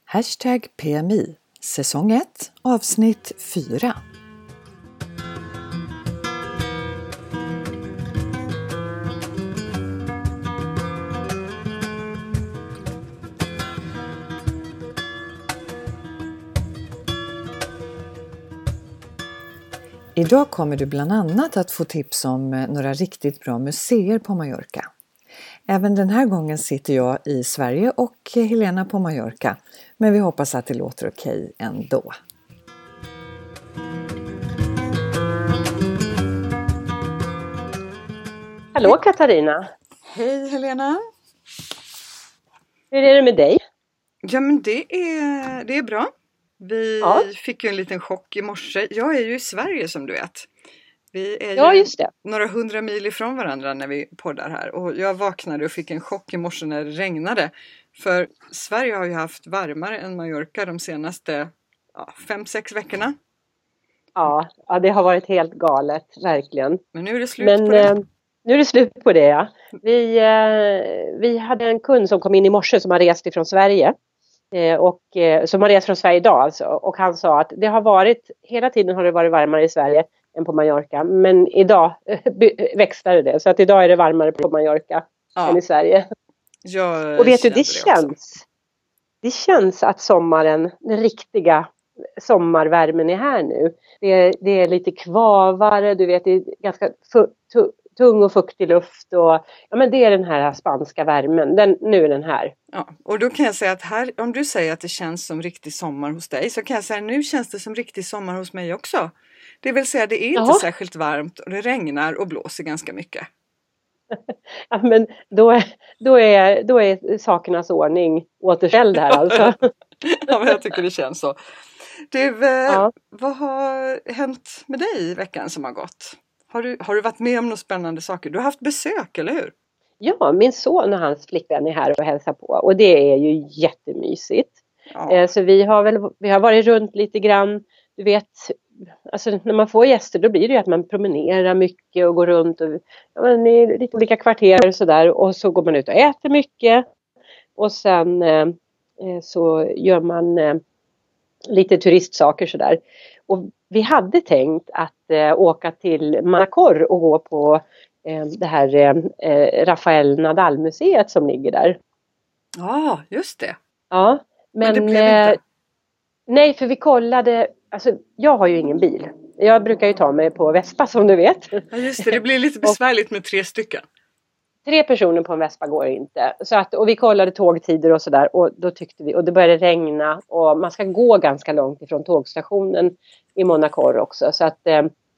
#PMI, säsong 1, avsnitt 4. Idag kommer du bland annat att få tips om några riktigt bra museer på Mallorca. Även den här gången sitter jag i Sverige och Helena på Mallorca, men vi hoppas att det låter okej ändå. Hallå Katarina! Hej Helena! Hur är det med dig? Ja, men det är bra. Vi fick ju en liten chock i morse. Jag är ju i Sverige som du vet. Vi är ju några 100 mil ifrån varandra när vi poddar här. Och jag vaknade och fick en chock i morse när det regnade. För Sverige har ju haft varmare än Mallorca de senaste 5-6 veckorna. Ja, det har varit helt galet, verkligen. Men nu är det slut på det. Nu är det slut på det, ja. Vi hade en kund som kom in i morse som har rest ifrån Sverige. Och som har rest från Sverige idag alltså. Och han sa att hela tiden har det varit varmare i Sverige än på Mallorca. Men idag växlade det. Så att idag är det varmare på Mallorca än i Sverige. Och vet du, det känns att den riktiga sommarvärmen är här nu. Det är lite kvavare, du vet, det är ganska tung och fuktig luft och men det är den här spanska värmen. Nu är den här. Ja, och då kan jag säga att här, om du säger att det känns som riktig sommar hos dig, så kan jag säga att nu känns det som riktig sommar hos mig också. Det vill säga det är inte särskilt varmt och det regnar och blåser ganska mycket. Ja, men då är sakernas ordning återställd här alltså. Ja, men jag tycker det känns så. Du, vad har hänt med dig i veckan som har gått? Har du varit med om några spännande saker? Du har haft besök, eller hur? Ja, min son och hans flickvän är här och hälsar på. Och det är ju jättemysigt. Ja. Så vi har varit runt lite grann. Du vet, alltså när man får gäster då blir det ju att man promenerar mycket och går runt och, i lite olika kvarter och sådär. Och så går man ut och äter mycket. Och sen så gör man lite turistsaker sådär. Och vi hade tänkt att åka till Manacor och gå på det här Rafael Nadal-museet som ligger där. Ja, just det. Ja, men det blev inte. Nej, för vi kollade, alltså jag har ju ingen bil. Jag brukar ju ta mig på Vespa som du vet. Ja, just det, det blir lite besvärligt med 3 stycken. 3 personer på en Vespa går inte. Och vi kollade tågtider och sådär. Och då tyckte vi, och det började regna. Och man ska gå ganska långt ifrån tågstationen i Manacor också. Så att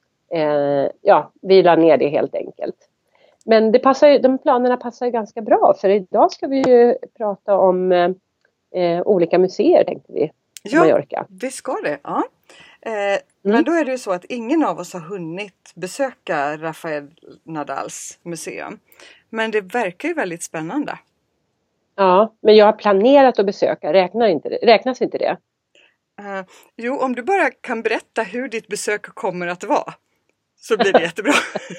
vi la ner det helt enkelt. Men de planerna passar ju ganska bra. För idag ska vi ju prata om olika museer tänkte vi. På Mallorca. Vi ska det. Ja. Men då är det ju så att ingen av oss har hunnit besöka Rafael Nadals museum. Men det verkar ju väldigt spännande. Ja, men jag har planerat att besöka. Räknas inte det? Jo, om du bara kan berätta hur ditt besök kommer att vara. Så blir det jättebra.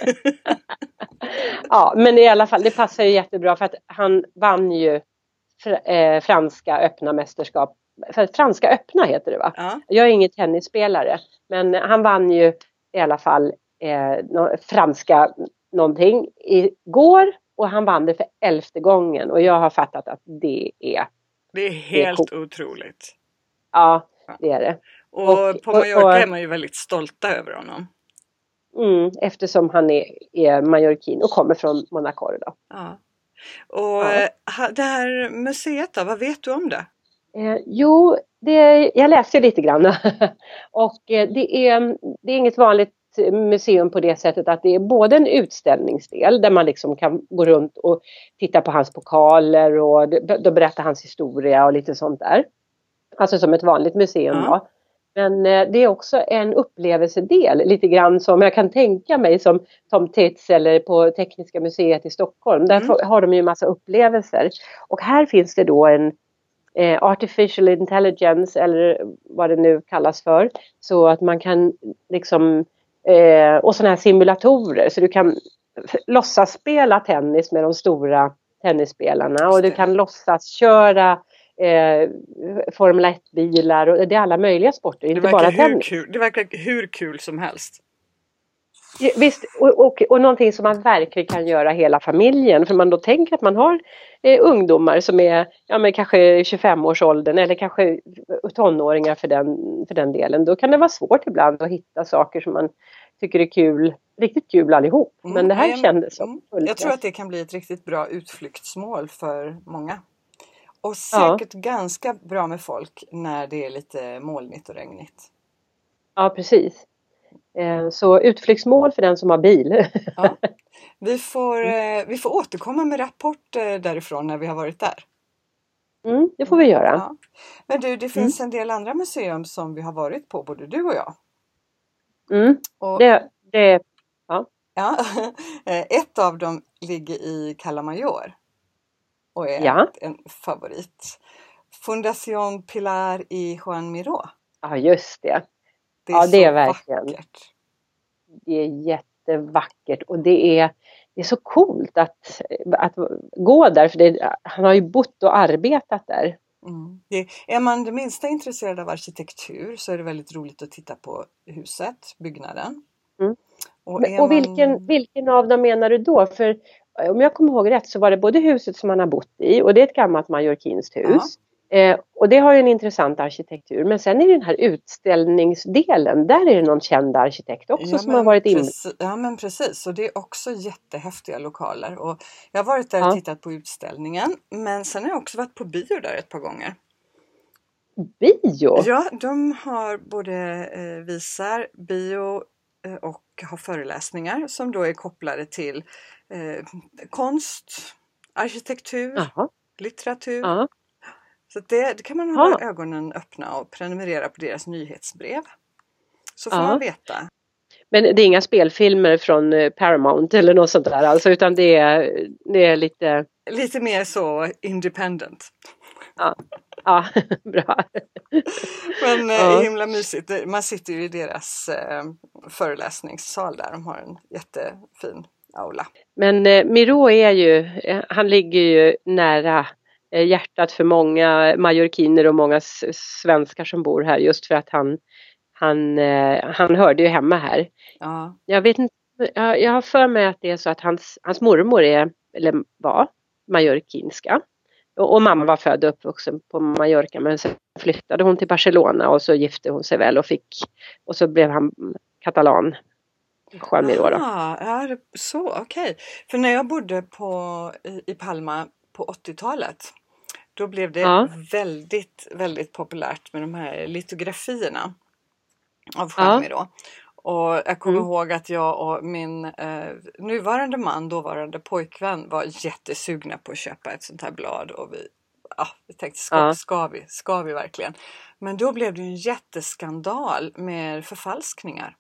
Ja, men i alla fall, det passar ju jättebra. För att han vann ju franska öppna mästerskap. Franska öppna heter det va? Ja. Jag är ingen tennisspelare. Men han vann ju i alla fall franska någonting igår. Och han vann det för 11:e gången. Och jag har fattat att det är... Det är helt otroligt. Ja, det är det. Och på Mallorca är man ju väldigt stolta över honom. Eftersom han är mallorquin och kommer från Manacor då. Ja. Och det här museet då, vad vet du om det? Jag läste lite grann. Och det är inget vanligt museum på det sättet att det är både en utställningsdel där man liksom kan gå runt och titta på hans pokaler och då berättar hans historia och lite sånt där. Alltså som ett vanligt museum då. Men det är också en upplevelsedel lite grann som jag kan tänka mig som Tom Tits eller på Tekniska museet i Stockholm. Där har de ju en massa upplevelser. Och här finns det då en artificial intelligence eller vad det nu kallas för. Så att man kan liksom och sådana här simulatorer så du kan låtsas spela tennis med de stora tennisspelarna och du kan låtsas köra Formel 1-bilar och det är alla möjliga sporter, inte bara tennis. Det verkar hur kul som helst. Visst, och någonting som man verkligen kan göra hela familjen, för man då tänker att man har ungdomar som är men kanske 25-årsåldern eller kanske tonåringar för den delen. Då kan det vara svårt ibland att hitta saker som man tycker är kul, riktigt kul allihop. Men det här kändes som jag tror att det kan bli ett riktigt bra utflyktsmål för många. Och säkert ganska bra med folk när det är lite molnigt och regnigt. Ja, precis. Så utflyktsmål för den som har bil. Ja. Vi får återkomma med rapport därifrån när vi har varit där. Det får vi göra. Ja. Men du, det finns en del andra museum som vi har varit på, både du och jag. Och, ja. Ett av dem ligger i Cala Mayor och är en favorit. Fundación Pilar y Juan Miró. Ja, just det. Det är verkligen vackert. Det är jättevackert och det är så coolt att gå där, för han har ju bott och arbetat där. Är man det minsta intresserad av arkitektur så är det väldigt roligt att titta på huset, byggnaden. Och vilken av dem menar du då? För om jag kommer ihåg rätt så var det både huset som han har bott i, och det är ett gammalt mallorquinskt hus. Och det har ju en intressant arkitektur. Men sen är det den här utställningsdelen. Där är det någon känd arkitekt också som har varit inne. Ja, men precis. Och det är också jättehäftiga lokaler. Och jag har varit där och tittat på utställningen. Men sen har jag också varit på bio där ett par gånger. Bio? Ja, de har både visar bio och har föreläsningar som då är kopplade till konst, arkitektur, litteratur. Så det kan man hålla ögonen öppna och prenumerera på deras nyhetsbrev. Så får man veta. Men det är inga spelfilmer från Paramount eller något sånt där alltså, utan det är lite... Lite mer så independent. Ja, bra. Men himla mysigt. Man sitter ju i deras föreläsningssal där. De har en jättefin aula. Men Miró han ligger ju nära hjärtat för många mallorquiner och många svenskar som bor här, just för att han hörde ju hemma här. Ja. Jag vet inte, jag har för mig att det är så att hans mormor var mallorquinska. Och mamma var född och uppvuxen på Mallorca, men sen flyttade hon till Barcelona och så gifte hon sig väl och så blev han katalan. Juan Miró då. Ja, så okej. För när jag bodde i Palma på 80-talet, då blev det väldigt, väldigt populärt med de här litografierna av Juan Miró. Och jag kommer ihåg att jag och min nuvarande man, dåvarande pojkvän, var jättesugna på att köpa ett sånt här blad. Och vi tänkte, ska vi verkligen? Men då blev det en jätteskandal med förfalskningar.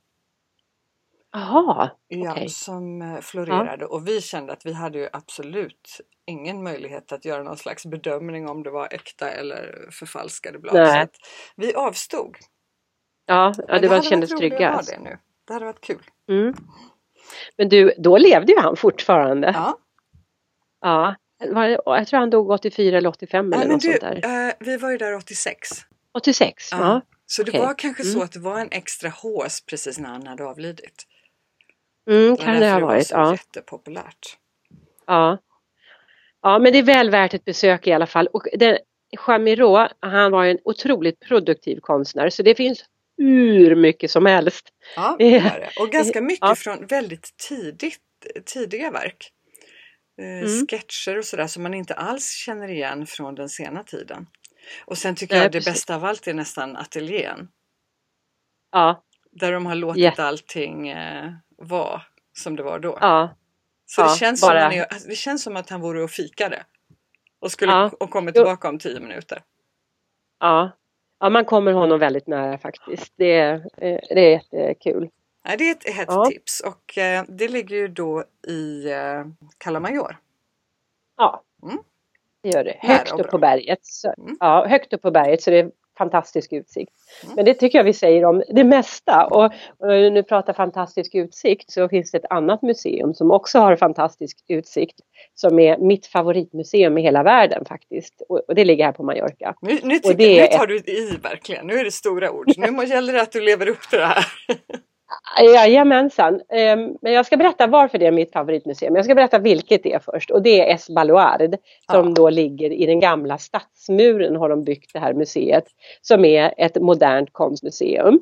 Aha, okay. Som florerade. Och vi kände att vi hade ju absolut ingen möjlighet att göra någon slags bedömning om det var äkta eller förfalskade blad. Så att vi avstod. Ja, det kändes tryggast. Det hade varit kul. Men då levde ju han fortfarande. Ja. Ja, jag tror han dog 84 eller 85 eller något sånt där. Vi var ju där 86. 86, ja. Så det var kanske så att det var en extra hås precis när han hade avlidit. Kan det ha varit. Det var jättepopulärt. Ja, men det är väl värt ett besök i alla fall. Och Juan Miró, han var en otroligt produktiv konstnär, så det finns hur mycket som helst. Ja, det är det. Och ganska mycket från väldigt tidiga verk. Sketcher och sådär som man inte alls känner igen från den sena tiden. Och sen tycker jag det bästa av allt är nästan ateljén. Ja. Där de har låtit allting vara som det var då. Ja. Så det känns som att han vore och fikade. Och kommer tillbaka om 10 minuter. Ja, man kommer honom väldigt nära faktiskt. Det är jättekul. Ja, det är ett hett tips. Och det ligger ju då i Cala Mayor. Ja, det gör det. Högt upp på berget. Så, högt upp på berget, så det är fantastisk utsikt. Men det tycker jag vi säger om det mesta. Och nu pratar fantastisk utsikt, så finns det ett annat museum som också har fantastisk utsikt. Som är mitt favoritmuseum i hela världen faktiskt. Och det ligger här på Mallorca. Nu tar du i verkligen. Nu är det stora ord. Nu gäller det att du lever upp till det här. Jajamensan. Men jag ska berätta varför det är mitt favoritmuseum. Jag ska berätta vilket det är först. Och det är Es Baluard. Som då ligger i den gamla stadsmuren, har de byggt det här museet. Som är ett modernt konstmuseum.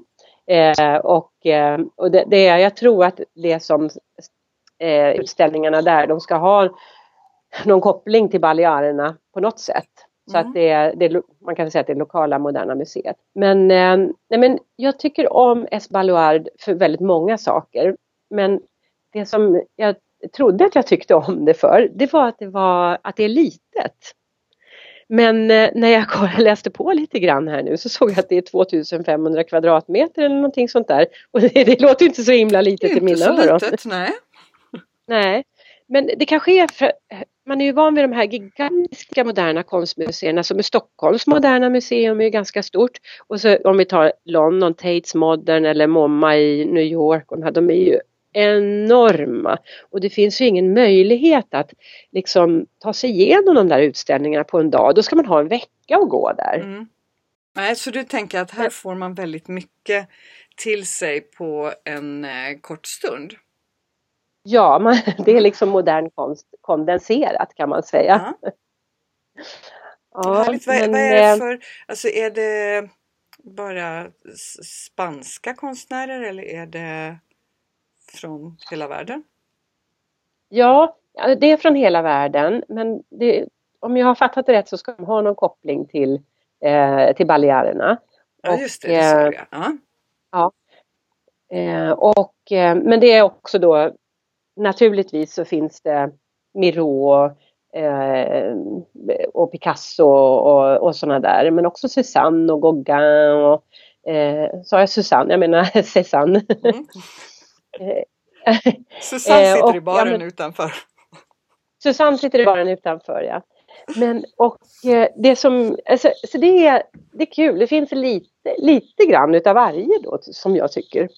Jag tror att det som utställningarna där, de ska ha någon koppling till Balearerna på något sätt. Så att man kan säga att det är lokala moderna museet. Men jag tycker om Es Baluard för väldigt många saker. Men det som jag trodde att jag tyckte om det för, det var att det är litet. Men när jag läste på lite grann här nu, så såg jag att det är 2500 kvadratmeter eller någonting sånt där. Och det låter inte så himla litet i mina öron. Inte så litet, nej. Nej, men det kanske är för man är ju van vid de här gigantiska moderna konstmuseerna, som är Stockholms moderna museum är ganska stort. Och så om vi tar London, Tate's Modern eller MoMA i New York, och de är ju enorma. Och det finns ju ingen möjlighet att liksom ta sig igenom de där utställningarna på en dag. Då ska man ha en vecka att gå där. Mm. Nej, så du tänker att här får man väldigt mycket till sig på en kort stund? Ja, det är liksom modern konst kondenserat, kan man säga. Ja, vad är det för, alltså är det bara spanska konstnärer eller är det från hela världen? Ja, det är från hela världen, men om jag har fattat det rätt så ska de ha någon koppling till Balearerna. Ja, just det såg jag. Ja. Men det är också då, naturligtvis så finns det Miro och Picasso och sådana där. Men också Cézanne och Gauguin och sa jag Susanne? Jag menar Cézanne. Susanne sitter i baren utanför. Susanne sitter i baren utanför, ja. Men det som, alltså, så det är kul. Det finns lite grann utav varje då, som jag tycker.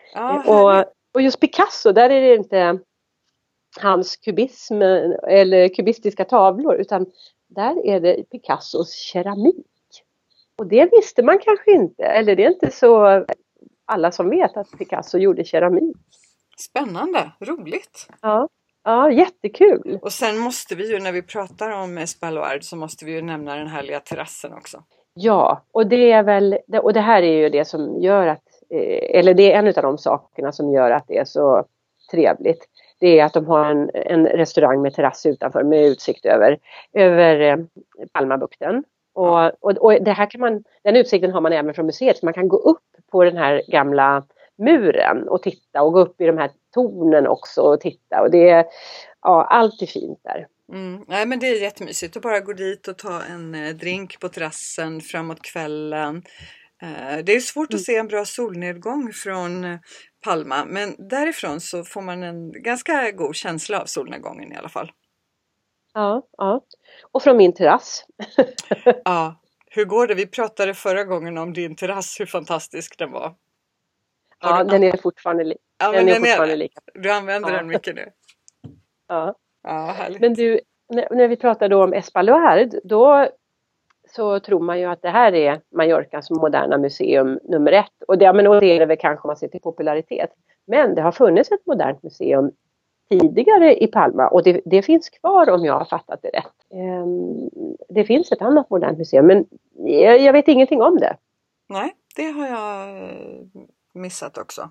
Och just Picasso, där är det inte hans kubism eller kubistiska tavlor, utan där är det Picassos keramik. Och det visste man kanske inte, eller det är inte så alla som vet att Picasso gjorde keramik. Spännande, roligt. Ja, jättekul. Och sen måste vi ju, när vi pratar om Es Baluard, så måste vi ju nämna den härliga terrassen också. Ja, och det är väl, och det här är ju det som gör att, eller det är en av de sakerna som gör att det är så trevligt. Det är att de har en restaurang med terrass utanför med utsikt över Palmabukten. Och det här den utsikten har man även från museet, så man kan gå upp på den här gamla muren och titta, och gå upp i de här tornen också och titta, och det är, allt är fint där. Nej, men det är jättemysigt att bara gå dit och ta en drink på terrassen framåt kvällen. Det är svårt att se en bra solnedgång från Palma, men därifrån så får man en ganska god känsla av solnedgången i alla fall. Ja. Och från min terrass. Ja, hur går det? Vi pratade förra gången om din terrass, hur fantastisk den var. Ja, den är fortfarande lika. Du använder den mycket nu. Ja, härligt. Men du, när vi pratar då om Es Baluard, då så tror man ju att det här är Mallorcas moderna museum nummer 1. Och det är det väl kanske om man ser till popularitet. Men det har funnits ett modernt museum tidigare i Palma, och det finns kvar, om jag har fattat det rätt. Det finns ett annat modernt museum, men jag vet ingenting om det. Nej, det har jag missat också.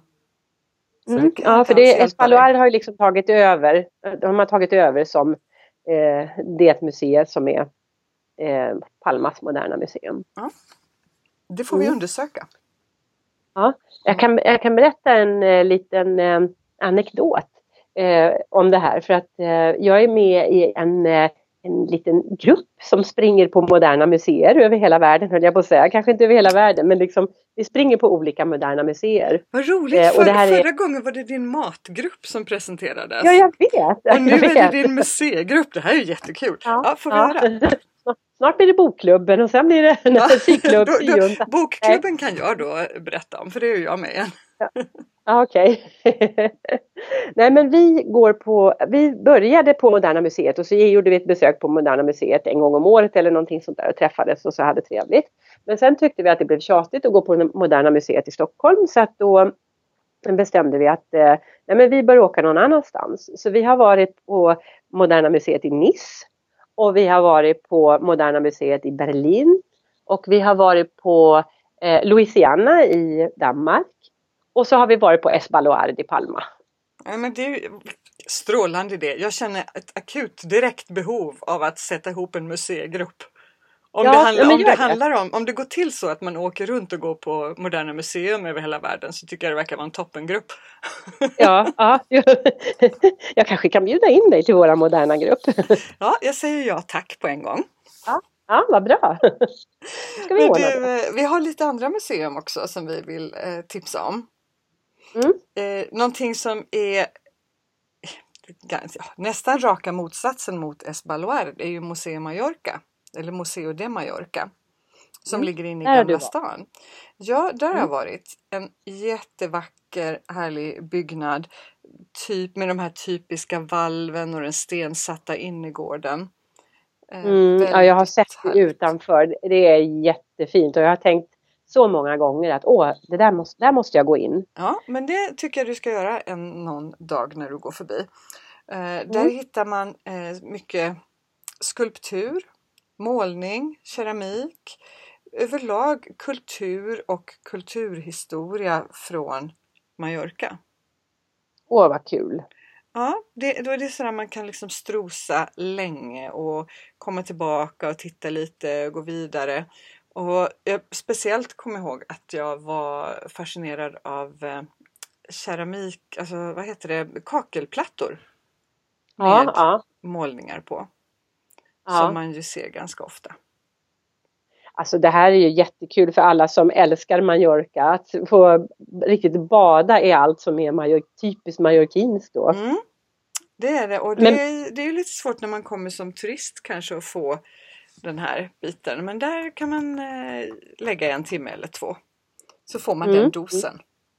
Ja, för Es Baluard har ju liksom tagit över. De har tagit över som det museet som är Palmas moderna museum. Ja, det får vi undersöka. Ja, jag kan berätta en liten anekdot om det här, för att jag är med i en liten grupp som springer på moderna museer över hela världen, höll jag på att säga. Kanske inte över hela världen, men liksom vi springer på olika moderna museer. Vad roligt, förra gången var det din matgrupp som presenterades. Ja, jag vet. Och nu är det din museigrupp, det här är ju jättekul. Ja, får vi höra? Snart blir det bokklubben och sen blir det syklubben. Bokklubben kan jag då berätta om, för det är ju jag med igen. Ja, okej. Nej, men vi började på Moderna Museet och så gjorde vi ett besök på Moderna Museet en gång om året eller någonting sånt där och träffades och så hade trevligt. Men sen tyckte vi att det blev tjatigt att gå på Moderna Museet i Stockholm, så att då bestämde vi att men vi bör åka någon annanstans. Så vi har varit på Moderna Museet i Nice och vi har varit på Moderna Museet i Berlin och vi har varit på Louisiana i Danmark. Och så har vi varit på Es Baluard i Palma. Ja, men det är ju strålande idé. Jag känner ett akut direkt behov av att sätta ihop en museigrupp. Om det går till så att man åker runt och går på Moderna Museum över hela världen, så tycker jag det verkar vara en toppengrupp. Ja. Jag kanske kan bjuda in dig till våra moderna grupp. Ja, jag säger ja tack på en gång. Ja, vad bra. Ska vi har lite andra museum också som vi vill tipsa om. Någonting som är nästan raka motsatsen mot Es Baluard är ju Museum Mallorca, eller Museo de Mallorca, som ligger inne i Gamla stan. Ja, där har jag varit. En jättevacker, härlig byggnad, typ med de här typiska valven och den stensatta innergården. Ja, jag har sett det utanför. Det är jättefint och jag har tänkt så många gånger att det där måste jag gå in. Ja, men det tycker jag du ska göra någon dag när du går förbi. Där hittar man mycket skulptur, målning, keramik, överlag kultur och kulturhistoria från Mallorca. Åh, vad kul! Ja, då är det så att man kan liksom strosa länge och komma tillbaka och titta lite och gå vidare. Och jag speciellt kommer ihåg att jag var fascinerad av keramik, alltså vad heter det, kakelplattor med målningar på. Som man ju ser ganska ofta. Alltså det här är ju jättekul för alla som älskar Mallorca. Att få riktigt bada i allt som är typiskt mallorquinskt då. Det är det, och det är ju lite svårt när man kommer som turist kanske att få den här biten. Men där kan man lägga 1 timme eller 2. Så får man den dosen.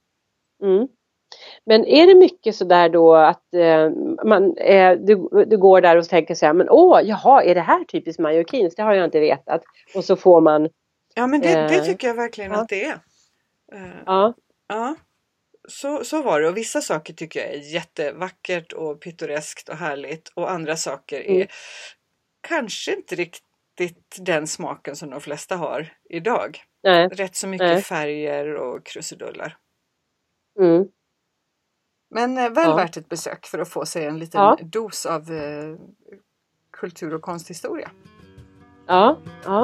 Men är det mycket sådär då att du går där och tänker så här, men är det här typiskt mallorquinskt? Det har jag inte vetat. Och så får man... Ja, men det tycker jag verkligen att det är. Ja. Så var det. Och vissa saker tycker jag är jättevackert och pittoreskt och härligt. Och andra saker är kanske inte riktigt den smaken som de flesta har idag. Nej. Rätt så mycket färger och krusidullar. Men väl värt ett besök för att få sig en liten dos av kultur- och konsthistoria. Ja.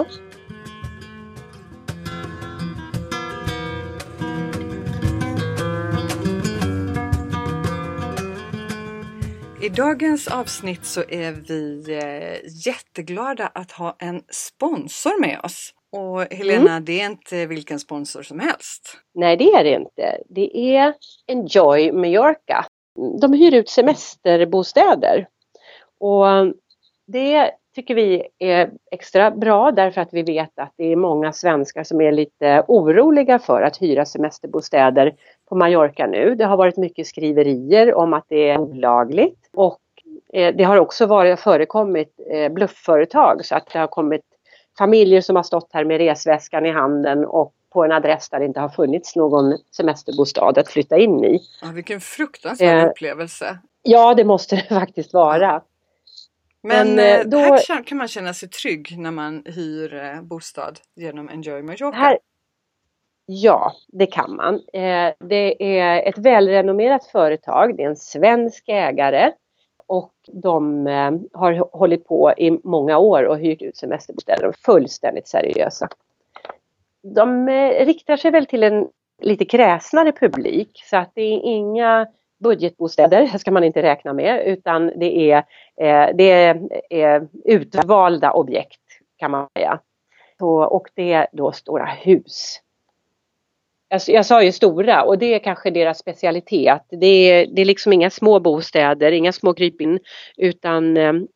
I dagens avsnitt så är vi jätteglada att ha en sponsor med oss. Och Helena, det är inte vilken sponsor som helst. Nej, det är det inte. Det är Enjoy Mallorca. De hyr ut semesterbostäder. Och det tycker vi är extra bra därför att vi vet att det är många svenskar som är lite oroliga för att hyra semesterbostäder på Mallorca nu. Det har varit mycket skriverier om att det är olagligt. Och det har också förekommit bluffföretag, så att det har kommit familjer som har stått här med resväskan i handen och på en adress där det inte har funnits någon semesterbostad att flytta in i. Ja, vilken fruktansvärd upplevelse. Ja, det måste det faktiskt vara. Men då, här kan man känna sig trygg när man hyr bostad genom Enjoy Mallorca. Ja, det kan man. Det är ett välrenommerat företag. Det är en svensk ägare. Och de har hållit på i många år och hyrt ut semesterbostäder. De är fullständigt seriösa. De riktar sig väl till en lite kräsnare publik. Så att det är inga budgetbostäder, det ska man inte räkna med. Utan det är utvalda objekt, kan man säga. Och det är då stora hus. Jag sa ju stora, och det är kanske deras specialitet. Det är liksom inga små bostäder, inga små krypin, utan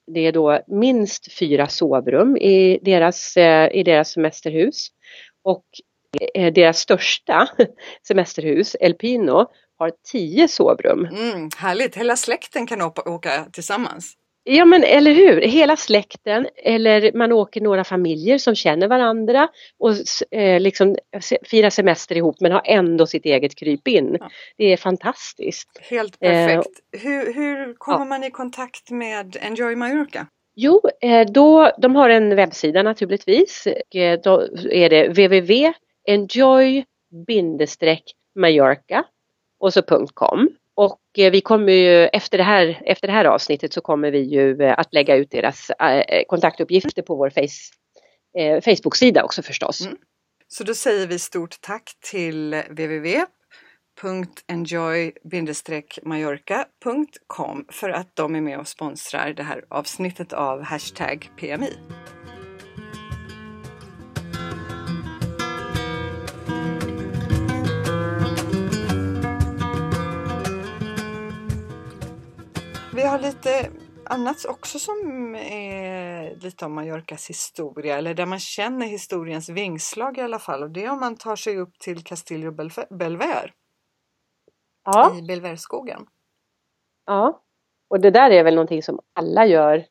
det är då minst 4 sovrum i deras semesterhus. Och deras största semesterhus, El Pino, har 10 sovrum. Härligt, hela släkten kan åka tillsammans. Ja men eller hur, hela släkten eller man åker några familjer som känner varandra och liksom firar semester ihop men har ändå sitt eget krypin. Ja. Det är fantastiskt. Helt perfekt. Hur kommer man i kontakt med Enjoy Mallorca? Jo, de har en webbsida naturligtvis. Då är det www.enjoy-mallorca och så .com. Och vi kommer ju efter det här avsnittet så kommer vi ju att lägga ut deras kontaktuppgifter på vår Facebook-sida också förstås. Så då säger vi stort tack till www.enjoy-mallorca.com för att de är med och sponsrar det här avsnittet av #PMI. Vi har lite annat också som är lite om Mallorcas historia, eller där man känner historiens vingslag i alla fall. Och det är om man tar sig upp till Castillo Belver. Ja. I Belverskogen. Ja, och det där är väl någonting som alla gör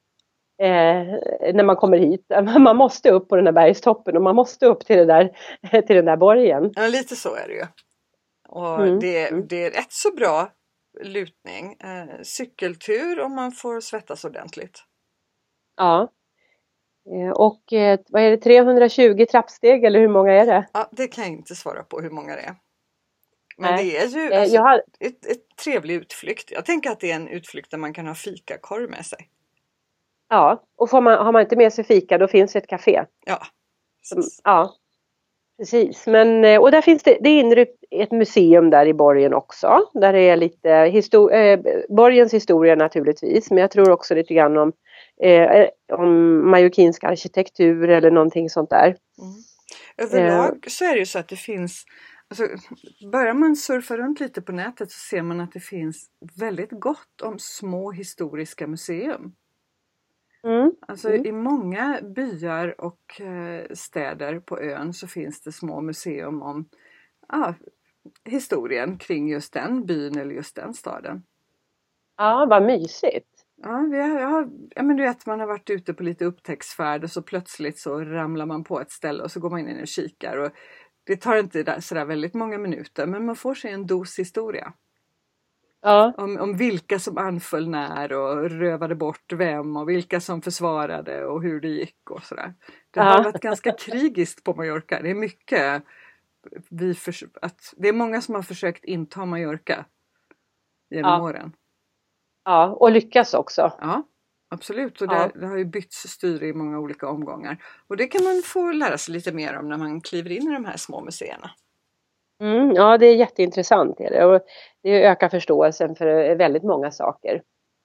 när man kommer hit. Man måste upp på den här bergstoppen och man måste upp till den där borgen. Ja, lite så är det ju. Och det är rätt så bra lutning, cykeltur om man får svettas ordentligt. Ja. Och vad är det, 320 trappsteg eller hur många är det? Ja, det kan jag inte svara på hur många det är. Men det är ju alltså, ett trevlig utflykt. Jag tänker att det är en utflykt där man kan ha fikakorv med sig. Ja, och har man inte med sig fika då finns ett café. Ja. Ja. Precis, men och där finns det är inrymt ett museum där i borgen också. Där är lite borgens historia naturligtvis, men jag tror också lite grann om mallorquinsk arkitektur eller någonting sånt där. Överlag så är det ju så att det finns, alltså, börjar man surfa runt lite på nätet så ser man att det finns väldigt gott om små historiska museum. Alltså i många byar och städer på ön så finns det små museum om historien kring just den byn eller just den staden. Ja, vad mysigt. Ja, men du vet, man har varit ute på lite upptäcktsfärd och så plötsligt så ramlar man på ett ställe och så går man in och kikar. Och det tar inte sådär väldigt många minuter, men man får sig en dos historia. Ja. Om vilka som anföll när och rövade bort vem och vilka som försvarade och hur det gick och sådär. Det har varit ganska krigiskt på Mallorca. Det är mycket det är många som har försökt inta Mallorca genom åren. Ja, och lyckas också. Ja, absolut. Och det har ju bytts styre i många olika omgångar. Och det kan man få lära sig lite mer om när man kliver in i de här små museerna. Ja, det är jätteintressant. Är det? Och det ökar förståelsen för väldigt många saker.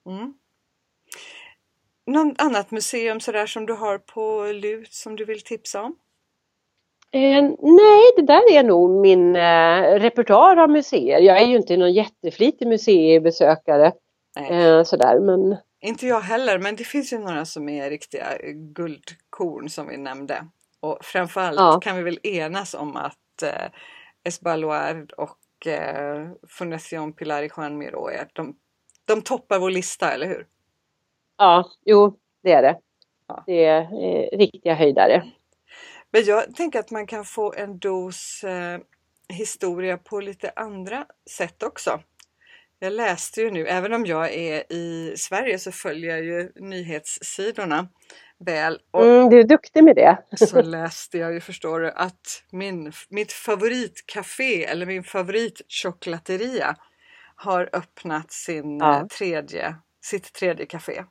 Något annat museum sådär som du har på lut som du vill tipsa om? Nej, det där är nog min repertoar av museer. Jag är ju inte någon jätteflitig museibesökare. Sådär, men... Inte jag heller, men det finns ju några som är riktiga guldkorn som vi nämnde. Och framförallt kan vi väl enas om att Es Baluard och Fundación Pilar y Juan Miró de toppar vår lista, eller hur? Ja, jo, det är det. Ja. Det är riktiga höjdare. Men jag tänker att man kan få en dos historia på lite andra sätt också. Jag läste ju nu, även om jag är i Sverige så följer jag ju nyhetssidorna väl. Och du är duktig med det. Så läste jag ju, förstår du, att mitt favoritcafé eller min favoritchoklateria har öppnat sitt tredje café.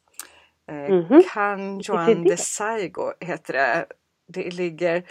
Can Juan de Saigo heter det. Det ligger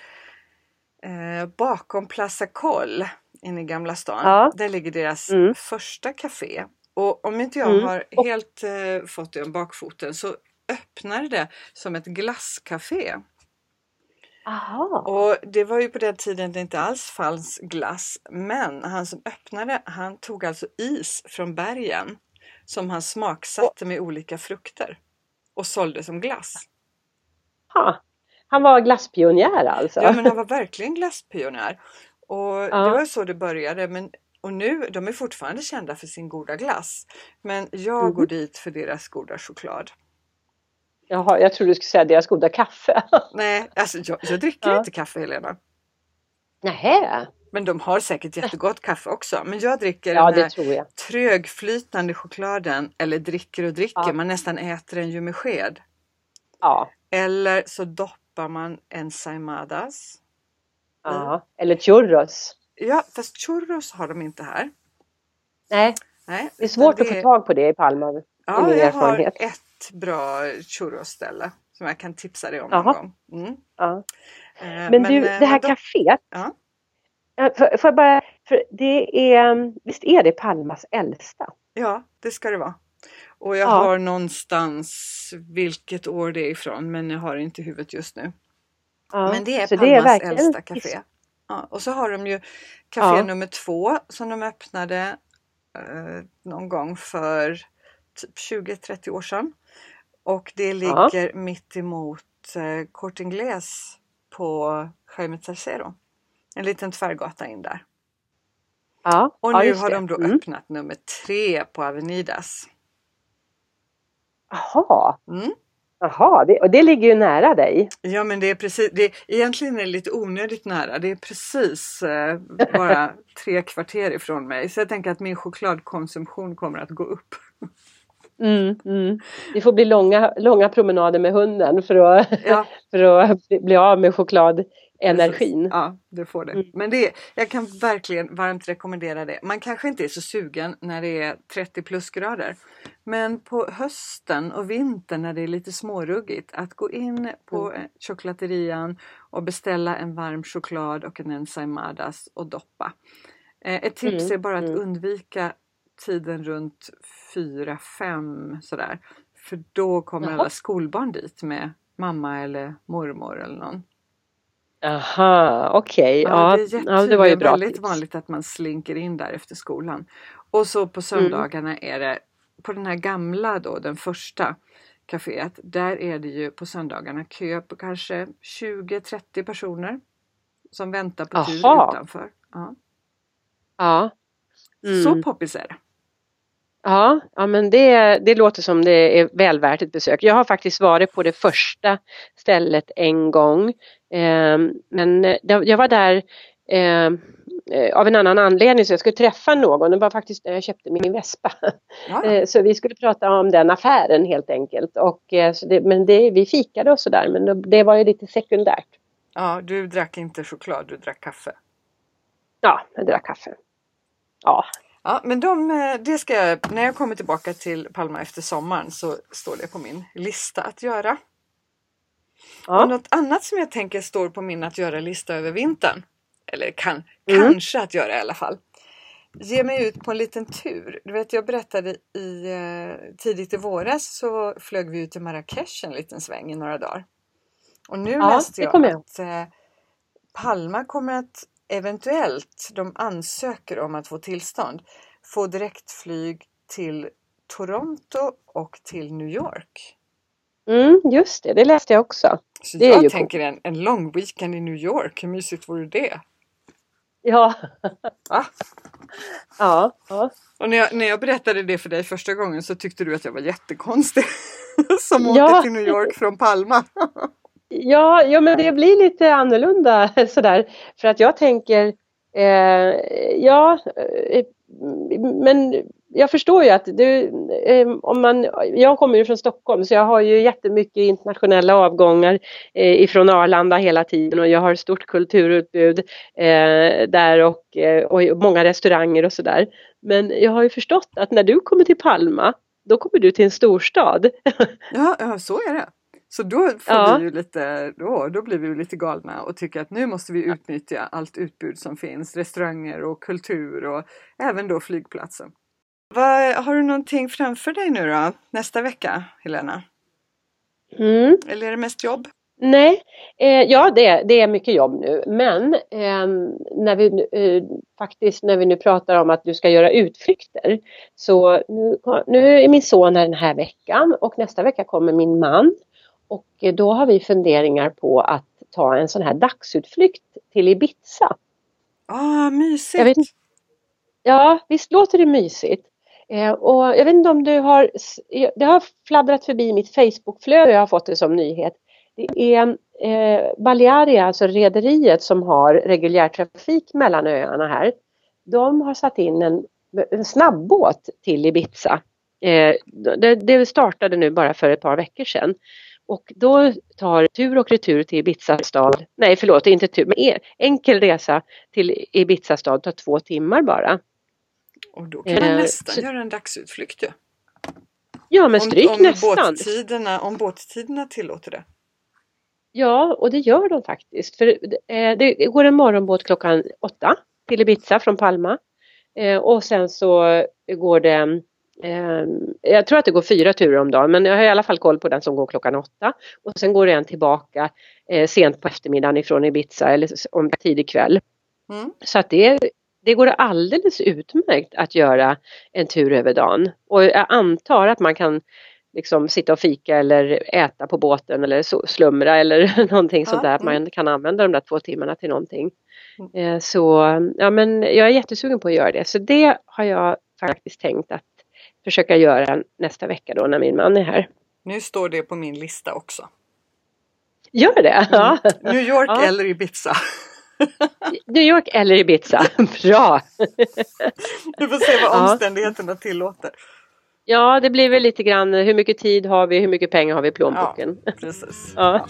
bakom Plaza Coll inne i Gamla stan. Ja. Där ligger deras första café. Och om inte jag har helt fått det om bakfoten så öppnade det som ett glasscafé. Aha. Och det var ju på den tiden det inte alls fanns glass. Men han som öppnade, han tog alltså is från bergen som han smaksatte med olika frukter. och sålde som glass. Ha. Han var glasspionjär alltså? Ja, men han var verkligen glasspionjär. Och det var så det började. Och nu, de är fortfarande kända för sin goda glass. Men jag går dit för deras goda choklad. Jaha, jag tror du skulle säga deras goda kaffe. Nej, alltså jag dricker inte kaffe, Helena. Nähä. Men de har säkert jättegott kaffe också. Men jag dricker den här trögflytande chokladen. Eller dricker. Man nästan äter den ju med sked. Ja. Eller så doppar man ensaimadas. Ja, eller churros. Ja, fast churros har de inte här. Nej. Det är svårt att få tag på det i Palma. Ja, jag har ett bra churros-ställe som jag kan tipsa dig om någon gång. Mm. Ja. Men du, det här kaféet. Ja. Får jag bara, för det är, visst är det Palmas äldsta? Ja, det ska det vara. Och jag har någonstans vilket år det är ifrån, men jag har inte i huvudet just nu. Ja, men det är Palmas äldsta café. Ja, och så har de ju café nummer 2 som de öppnade någon gång för typ 20-30 år sedan. Och det ligger mitt emot Corte Inglés på Jaime Tercero. En liten tvärgata in där. Ja, och nu har de då öppnat nummer 3 på Avenidas. Jaha. Jaha, och det ligger ju nära dig. Ja, men det är precis, egentligen är det lite onödigt nära. Det är precis bara 3 kvarter ifrån mig. Så jag tänker att min chokladkonsumtion kommer att gå upp. Det får bli långa promenader med hunden för att bli av med chokladenergin. Ja, det får det. Men jag kan verkligen varmt rekommendera det. Man kanske inte är så sugen när det är 30 plusgrader. Men på hösten och vintern när det är lite småruggigt, att gå in på chokladerian och beställa en varm choklad och en ensaimadas och doppa. Ett tips är bara att undvika tiden runt 4-5 sådär. För då kommer alla skolbarn dit med mamma eller mormor eller någon. Aha, okej. Det var ju väldigt vanligt att man slinker in där efter skolan. Och så på söndagarna är det på den här gamla då, den första kaféet. Där är det ju på söndagarna kö på kanske 20-30 personer som väntar på tur utanför. Ja. Så poppis är det. Ja, men det låter som det är väl värt ett besök. Jag har faktiskt varit på det första stället en gång. Men jag var där av en annan anledning, så jag skulle träffa någon. Det var faktiskt när jag köpte min Vespa. Ja. Så vi skulle prata om den affären helt enkelt. Och, vi fikade och sådär, men det var ju lite sekundärt. Ja, du drack inte choklad, du drack kaffe. Ja, jag drack kaffe. Ja. Ja, men det ska jag, när jag kommer tillbaka till Palma efter sommaren så står det på min lista att göra. Ja. Och något annat som jag tänker står på min att göra-lista över vintern, eller kanske att göra i alla fall. Ge mig ut på en liten tur. Du vet, jag berättade tidigt i våras så flög vi ut till Marrakesh en liten sväng i några dagar. Och nu läste jag att Palma kommer att eventuellt, de ansöker om att få tillstånd, få direktflyg till Toronto och till New York. Just det läste jag också. Så det jag tänker en lång weekend i New York, hur mysigt vore det? Ja. Ja. Och när jag berättade det för dig första gången så tyckte du att jag var jättekonstig som åkte till New York från Palma. Ja, men det blir lite annorlunda sådär. För att jag tänker, men jag förstår ju att jag kommer ju från Stockholm, så jag har ju jättemycket internationella avgångar ifrån Arlanda hela tiden, och jag har stort kulturutbud där och många restauranger och sådär. Men jag har ju förstått att när du kommer till Palma, då kommer du till en storstad. Ja, så är det. Så då får vi ju då blir vi ju lite galna och tycker att nu måste vi utnyttja allt utbud som finns, restauranger och kultur och även då flygplatsen. Har du någonting framför dig nu då nästa vecka, Helena? Eller är det mest jobb? Nej, ja det är mycket jobb nu, men när vi nu pratar om att du ska göra utflykter, så nu är min son här den här veckan och nästa vecka kommer min man, och då har vi funderingar på att ta en sån här dagsutflykt till Ibiza. Mysigt! Ja, visst låter det mysigt. Och jag vet inte om det har fladdrat förbi mitt Facebook-flöde och jag har fått det som nyhet. Det är Balearia, alltså rederiet som har reguljärtrafik mellan öarna här. De har satt in en snabbåt till Ibiza. Det startade nu bara för ett par veckor sedan. Och då tar tur och retur till Ibiza stad. Nej, förlåt, inte tur. Men enkel resa till Ibiza stad tar 2 timmar bara. Och då kan man nästan göra en dagsutflykt. Ja, men stryk nästan. Om båttiderna tillåter det. Ja, och det gör de faktiskt. För det går en morgonbåt klockan 8 till Ibiza från Palma. Och sen så går det, jag tror att det går 4 turer om dagen. Men jag har i alla fall koll på den som går klockan 8. Och sen går det en tillbaka sent på eftermiddagen ifrån Ibiza eller om tidig kväll. Mm. Så att det går alldeles utmärkt att göra en tur över dagen. Och jag antar att man kan liksom sitta och fika eller äta på båten eller slumra eller någonting sånt där. Att man kan använda de där 2 timmarna till någonting. Så ja, men jag är jättesugen på att göra det. Så det har jag faktiskt tänkt att försöka göra nästa vecka då när min man är här. Nu står det på min lista också. Gör det? Ja. New York eller Ibiza. New York eller Ibiza. Bra. Du får se vad omständigheterna tillåter. Ja, det blir väl lite grann hur mycket tid har vi, hur mycket pengar har vi i plånboken. Ja, precis. Ja.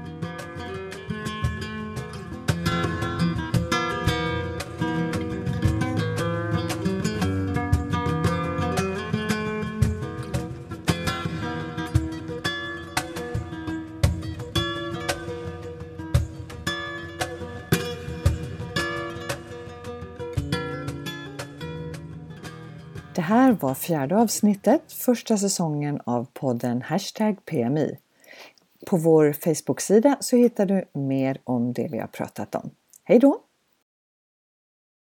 Det här var 4:e avsnittet, första säsongen av podden #PMI. På vår Facebook-sida så hittar du mer om det vi har pratat om. Hej då!